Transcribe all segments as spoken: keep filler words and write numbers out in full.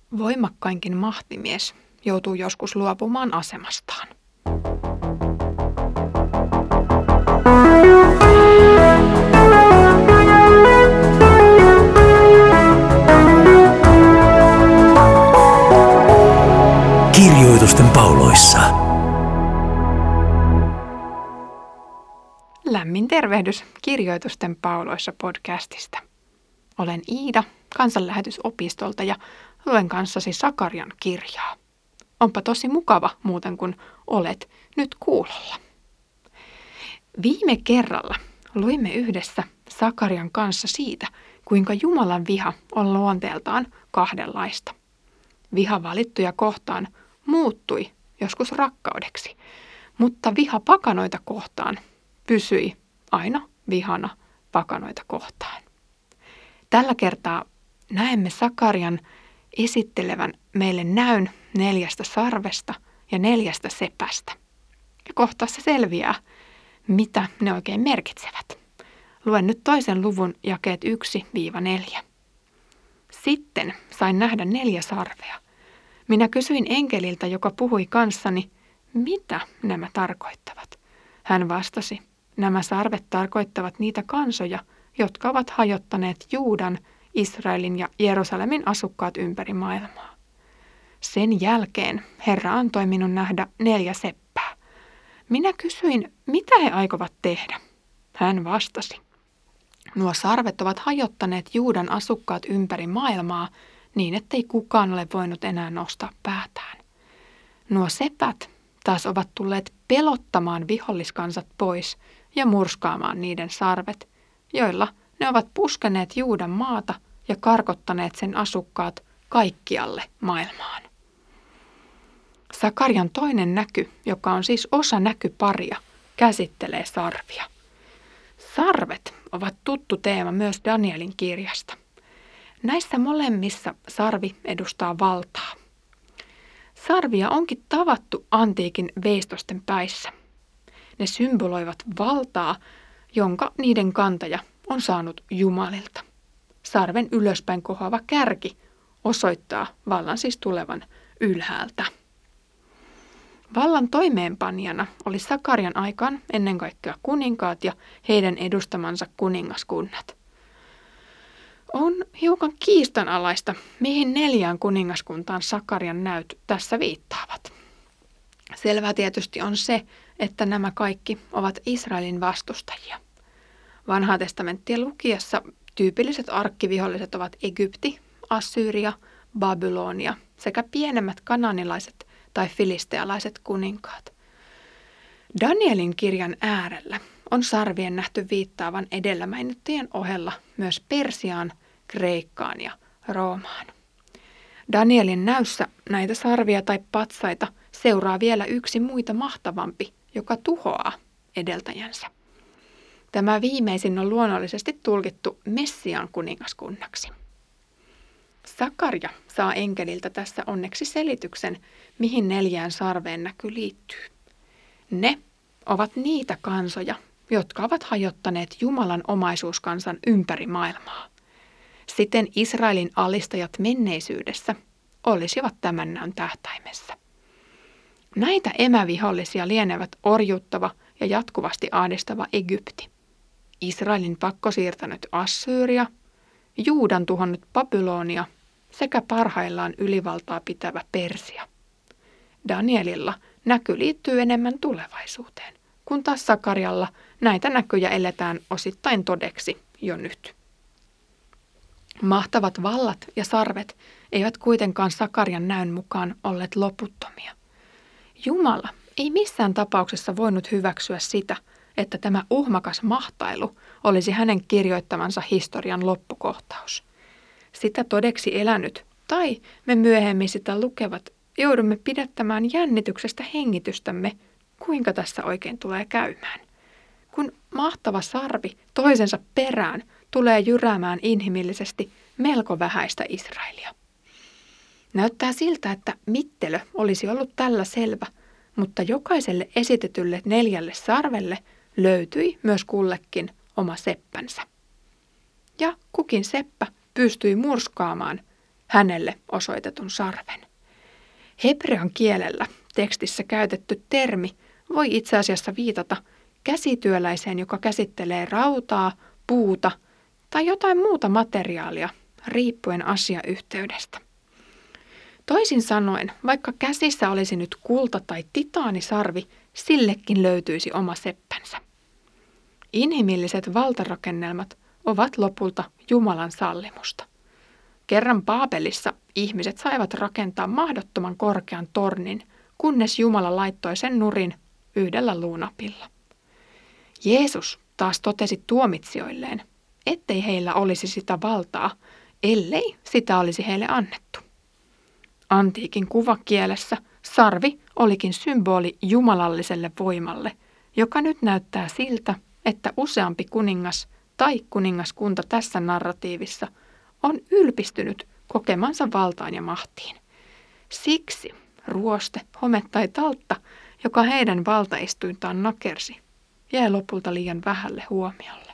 Voimakkainkin mahtimies joutuu joskus luopumaan asemastaan. Kirjoitusten pauloissa. Lämmin tervehdys Kirjoitusten pauloissa podcastista. Olen Iida kansanlähetysopistolta ja luen kanssasi Sakarian kirjaa. Onpa tosi mukava muuten, kun olet nyt kuulolla. Viime kerralla luimme yhdessä Sakarian kanssa siitä, kuinka Jumalan viha on luonteeltaan kahdenlaista. Viha valittuja kohtaan muuttui joskus rakkaudeksi, mutta viha pakanoita kohtaan pysyi aina vihana pakanoita kohtaan. Tällä kertaa näemme Sakarian esittelevän meille näyn neljästä sarvesta ja neljästä sepästä. Ja kohta se selviää, mitä ne oikein merkitsevät. Luen nyt toisen luvun jakeet yksi neljä. Sitten sain nähdä neljä sarvea. Minä kysyin enkeliltä, joka puhui kanssani, mitä nämä tarkoittavat. Hän vastasi, nämä sarvet tarkoittavat niitä kansoja, jotka ovat hajottaneet Juudan, Israelin ja Jerusalemin asukkaat ympäri maailmaa. Sen jälkeen Herra antoi minun nähdä neljä seppää. Minä kysyin, mitä he aikovat tehdä. Hän vastasi, nuo sarvet ovat hajottaneet Juudan asukkaat ympäri maailmaa niin, ettei kukaan ole voinut enää nostaa päätään. Nuo sepät taas ovat tulleet pelottamaan viholliskansat pois ja murskaamaan niiden sarvet, joilla ne ovat puskeneet Juudan maata ja karkottaneet sen asukkaat kaikkialle maailmaan. Sakarian toinen näky, joka on siis osa näkyparia, käsittelee sarvia. Sarvet ovat tuttu teema myös Danielin kirjasta. Näissä molemmissa sarvi edustaa valtaa. Sarvia onkin tavattu antiikin veistosten päissä. Ne symboloivat valtaa, jonka niiden kantaja on saanut Jumalilta. Sarven ylöspäin kohoava kärki osoittaa vallan siis tulevan ylhäältä. Vallan toimeenpanijana oli Sakarian aikaan ennen kaikkea kuninkaat ja heidän edustamansa kuningaskunnat. On hiukan kiistanalaista, mihin neljään kuningaskuntaan Sakarian näyt tässä viittaavat. Selvää tietysti on se, että nämä kaikki ovat Israelin vastustajia. Vanhaa testamenttia lukiessa tyypilliset arkkiviholliset ovat Egypti, Assyria, Babylonia sekä pienemmät kananilaiset tai filistealaiset kuninkaat. Danielin kirjan äärellä on sarvien nähty viittaavan edellä mainittujen ohella myös Persiaan, Kreikkaan ja Roomaan. Danielin näyssä näitä sarvia tai patsaita seuraa vielä yksi muita mahtavampi, joka tuhoaa edeltäjänsä. Tämä viimeisin on luonnollisesti tulkittu Messiaan kuningaskunnaksi. Sakaria saa enkeliltä tässä onneksi selityksen, mihin neljään sarveen näky liittyy. Ne ovat niitä kansoja, jotka ovat hajottaneet Jumalan omaisuuskansan ympäri maailmaa. Siten Israelin alistajat menneisyydessä olisivat tämän näyn tähtäimessä. Näitä emävihollisia lienevät orjuuttava ja jatkuvasti ahdistava Egypti, Israelin pakkosiirtänyt Assyria, Juudan tuhonnut Babylonia sekä parhaillaan ylivaltaa pitävä Persia. Danielilla näky liittyy enemmän tulevaisuuteen, kun taas Sakarialla näitä näkyjä eletään osittain todeksi jo nyt. Mahtavat vallat ja sarvet eivät kuitenkaan Sakarian näyn mukaan olleet loputtomia. Jumala ei missään tapauksessa voinut hyväksyä sitä, että tämä uhmakas mahtailu olisi hänen kirjoittamansa historian loppukohtaus. Sitä todeksi elänyt, tai me myöhemmin sitä lukevat, joudumme pidättämään jännityksestä hengitystämme, kuinka tässä oikein tulee käymään. Kun mahtava sarvi toisensa perään tulee jyräämään inhimillisesti melko vähäistä Israelia. Näyttää siltä, että mittelö olisi ollut tällä selvä, mutta jokaiselle esitetylle neljälle sarvelle löytyi myös kullekin oma seppänsä. Ja kukin seppä pystyi murskaamaan hänelle osoitetun sarven. Hebrean kielellä tekstissä käytetty termi voi itse asiassa viitata käsityöläiseen, joka käsittelee rautaa, puuta tai jotain muuta materiaalia riippuen asiayhteydestä. Toisin sanoen, vaikka käsissä olisi nyt kulta- tai titaanisarvi, sillekin löytyisi oma seppänsä. Inhimilliset valtarakennelmat ovat lopulta Jumalan sallimusta. Kerran Baabelissa ihmiset saivat rakentaa mahdottoman korkean tornin, kunnes Jumala laittoi sen nurin yhdellä luunapilla. Jeesus taas totesi tuomitsijoilleen, ettei heillä olisi sitä valtaa, ellei sitä olisi heille annettu. Antiikin kuvakielessä sarvi olikin symboli jumalalliselle voimalle, joka nyt näyttää siltä, että useampi kuningas tai kuningaskunta tässä narratiivissa on ylpistynyt kokemansa valtaan ja mahtiin. Siksi ruoste, home tai taltta, joka heidän valtaistuintaan nakersi, jäi lopulta liian vähälle huomiolle.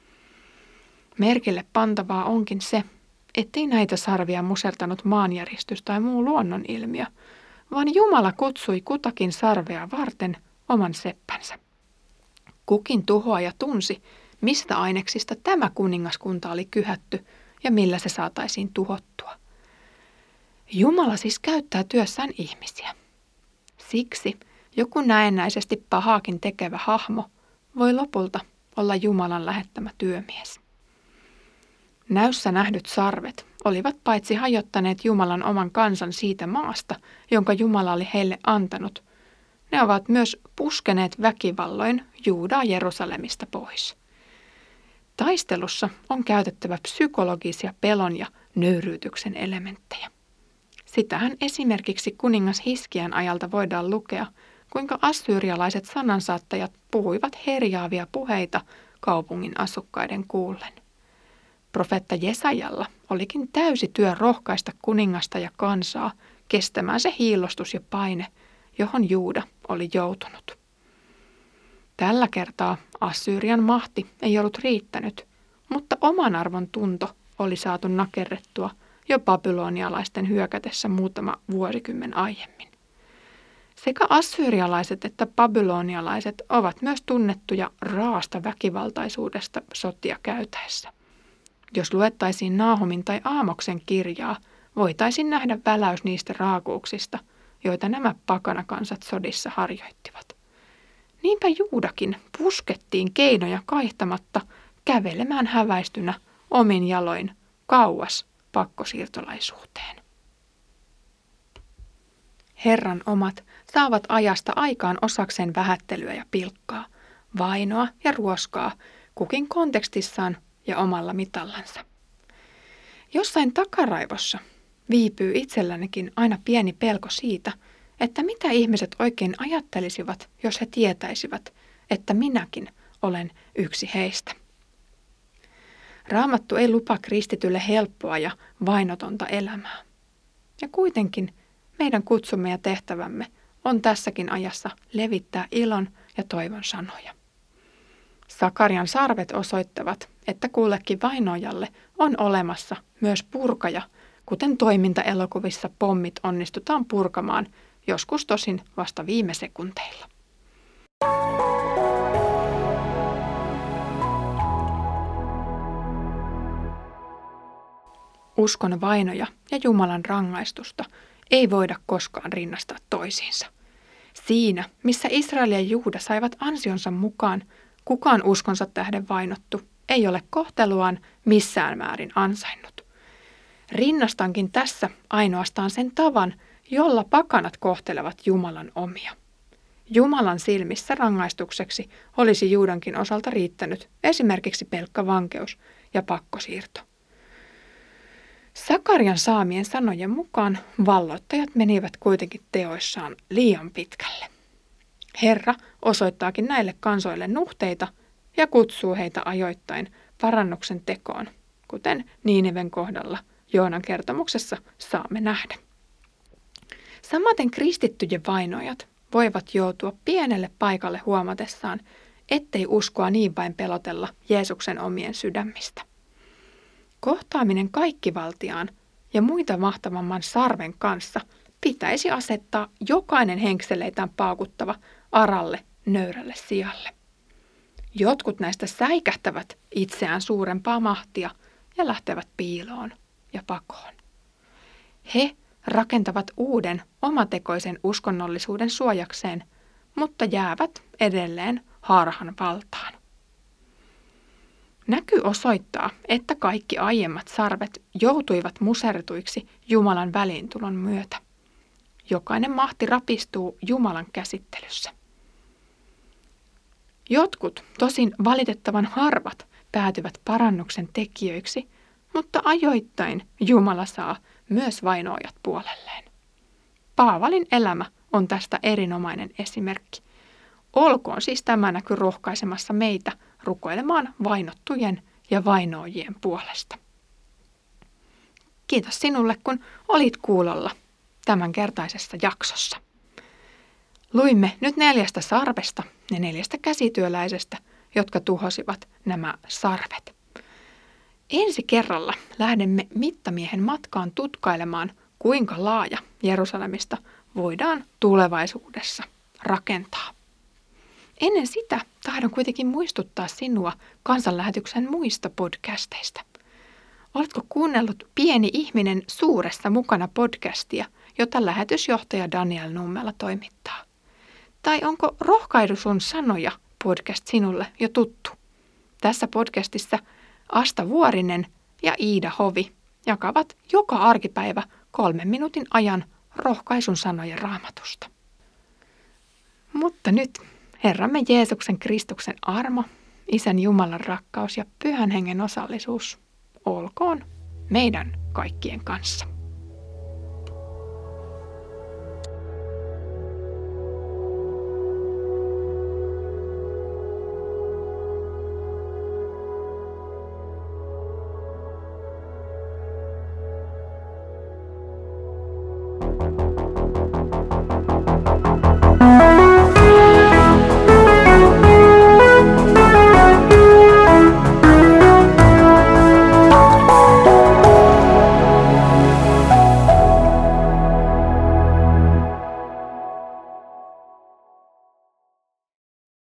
Merkille pantavaa onkin se, ettei näitä sarvia musertanut maanjäristys tai muu luonnonilmiö, vaan Jumala kutsui kutakin sarvea varten oman seppänsä. Kukin tuhoaja tunsi, mistä aineksista tämä kuningaskunta oli kyhätty ja millä se saataisiin tuhottua. Jumala siis käyttää työssään ihmisiä. Siksi joku näennäisesti pahaakin tekevä hahmo voi lopulta olla Jumalan lähettämä työmies. Näyssä nähdyt sarvet olivat paitsi hajottaneet Jumalan oman kansan siitä maasta, jonka Jumala oli heille antanut, ne ovat myös puskeneet väkivalloin Juudaa Jerusalemista pois. Taistelussa on käytettävä psykologisia pelon ja nöyryytyksen elementtejä. Sitähän esimerkiksi kuningas Hiskian ajalta voidaan lukea, kuinka assyrialaiset sanansaattajat puhuivat herjaavia puheita kaupungin asukkaiden kuullen. Profeetta Jesajalla olikin täysi työ rohkaista kuningasta ja kansaa kestämään se hiillostus ja paine, johon Juuda oli joutunut. Tällä kertaa Assyrian mahti ei ollut riittänyt, mutta oman arvon tunto oli saatu nakerrettua jo babylonialaisten hyökätessä muutama vuosikymmen aiemmin. Sekä assyrialaiset että babylonialaiset ovat myös tunnettuja raasta väkivaltaisuudesta sotia käytäessä. Jos luettaisiin Naahumin tai Aamoksen kirjaa, voitaisiin nähdä väläys niistä raakuuksista, joita nämä pakanakansat sodissa harjoittivat. Niinpä Juudakin puskettiin keinoja kaihtamatta kävelemään häväistynä omin jaloin kauas pakkosiirtolaisuuteen. Herran omat saavat ajasta aikaan osakseen vähättelyä ja pilkkaa, vainoa ja ruoskaa, kukin kontekstissaan ja omalla mitallansa. Jossain takaraivossa viipyy itsellänikin aina pieni pelko siitä, että mitä ihmiset oikein ajattelisivat, jos he tietäisivät, että minäkin olen yksi heistä. Raamattu ei lupaa kristitylle helppoa ja vainotonta elämää. Ja kuitenkin meidän kutsumme ja tehtävämme on tässäkin ajassa levittää ilon ja toivon sanoja. Sakarian sarvet osoittavat, että kullekin vainoajalle on olemassa myös purkaja, kuten toimintaelokuvissa pommit onnistutaan purkamaan, joskus tosin vasta viime sekunteilla. Uskon vainoja ja Jumalan rangaistusta ei voida koskaan rinnastaa toisiinsa. Siinä, missä Israel ja Juuda saivat ansionsa mukaan, kukaan uskonsa tähden vainottu ei ole kohteluaan missään määrin ansainnut. Rinnastankin tässä ainoastaan sen tavan, jolla pakanat kohtelevat Jumalan omia. Jumalan silmissä rangaistukseksi olisi Juudankin osalta riittänyt esimerkiksi pelkkä vankeus ja pakkosiirto. Sakarian saamien sanojen mukaan valloittajat menivät kuitenkin teoissaan liian pitkälle. Herra osoittaakin näille kansoille nuhteita ja kutsuu heitä ajoittain parannuksen tekoon, kuten Niiniven kohdalla Joonan kertomuksessa saamme nähdä. Samaten kristittyjen vainoajat voivat joutua pienelle paikalle huomatessaan, ettei uskoa niin vain pelotella Jeesuksen omien sydämistä. Kohtaaminen kaikkivaltiaan ja muita mahtavamman sarven kanssa pitäisi asettaa jokainen henkseleitään paukuttava aralle nöyrälle sijalle. Jotkut näistä säikähtävät itseään suurempaa mahtia ja lähtevät piiloon ja pakoon. He rakentavat uuden omatekoisen uskonnollisuuden suojakseen, mutta jäävät edelleen harhan valtaan. Näky osoittaa, että kaikki aiemmat sarvet joutuivat musertuiksi Jumalan väliintulon myötä. Jokainen mahti rapistuu Jumalan käsittelyssä. Jotkut, tosin valitettavan harvat, päätyvät parannuksen tekijöiksi, mutta ajoittain Jumala saa myös vainoajat puolelleen. Paavalin elämä on tästä erinomainen esimerkki. Olkoon siis tämä näky rohkaisemassa meitä rukoilemaan vainottujen ja vainoajien puolesta. Kiitos sinulle, kun olit kuulolla tämänkertaisessa jaksossa. Luimme nyt neljästä sarvesta ja neljästä käsityöläisestä, jotka tuhosivat nämä sarvet. Ensi kerralla lähdemme mittamiehen matkaan tutkailemaan, kuinka laaja Jerusalemista voidaan tulevaisuudessa rakentaa. Ennen sitä tahdon kuitenkin muistuttaa sinua kansanlähetyksen muista podcasteista. Oletko kuunnellut Pieni ihminen suuressa mukana podcastia, jota lähetysjohtaja Daniel Nummela toimittaa? Tai onko Rohkaisu sun sanoja podcast sinulle jo tuttu? Tässä podcastissa Asta Vuorinen ja Iida Hovi jakavat joka arkipäivä kolmen minuutin ajan rohkaisun sanoja Raamatusta. Mutta nyt Herramme Jeesuksen Kristuksen armo, Isän Jumalan rakkaus ja Pyhän Hengen osallisuus olkoon meidän kaikkien kanssa.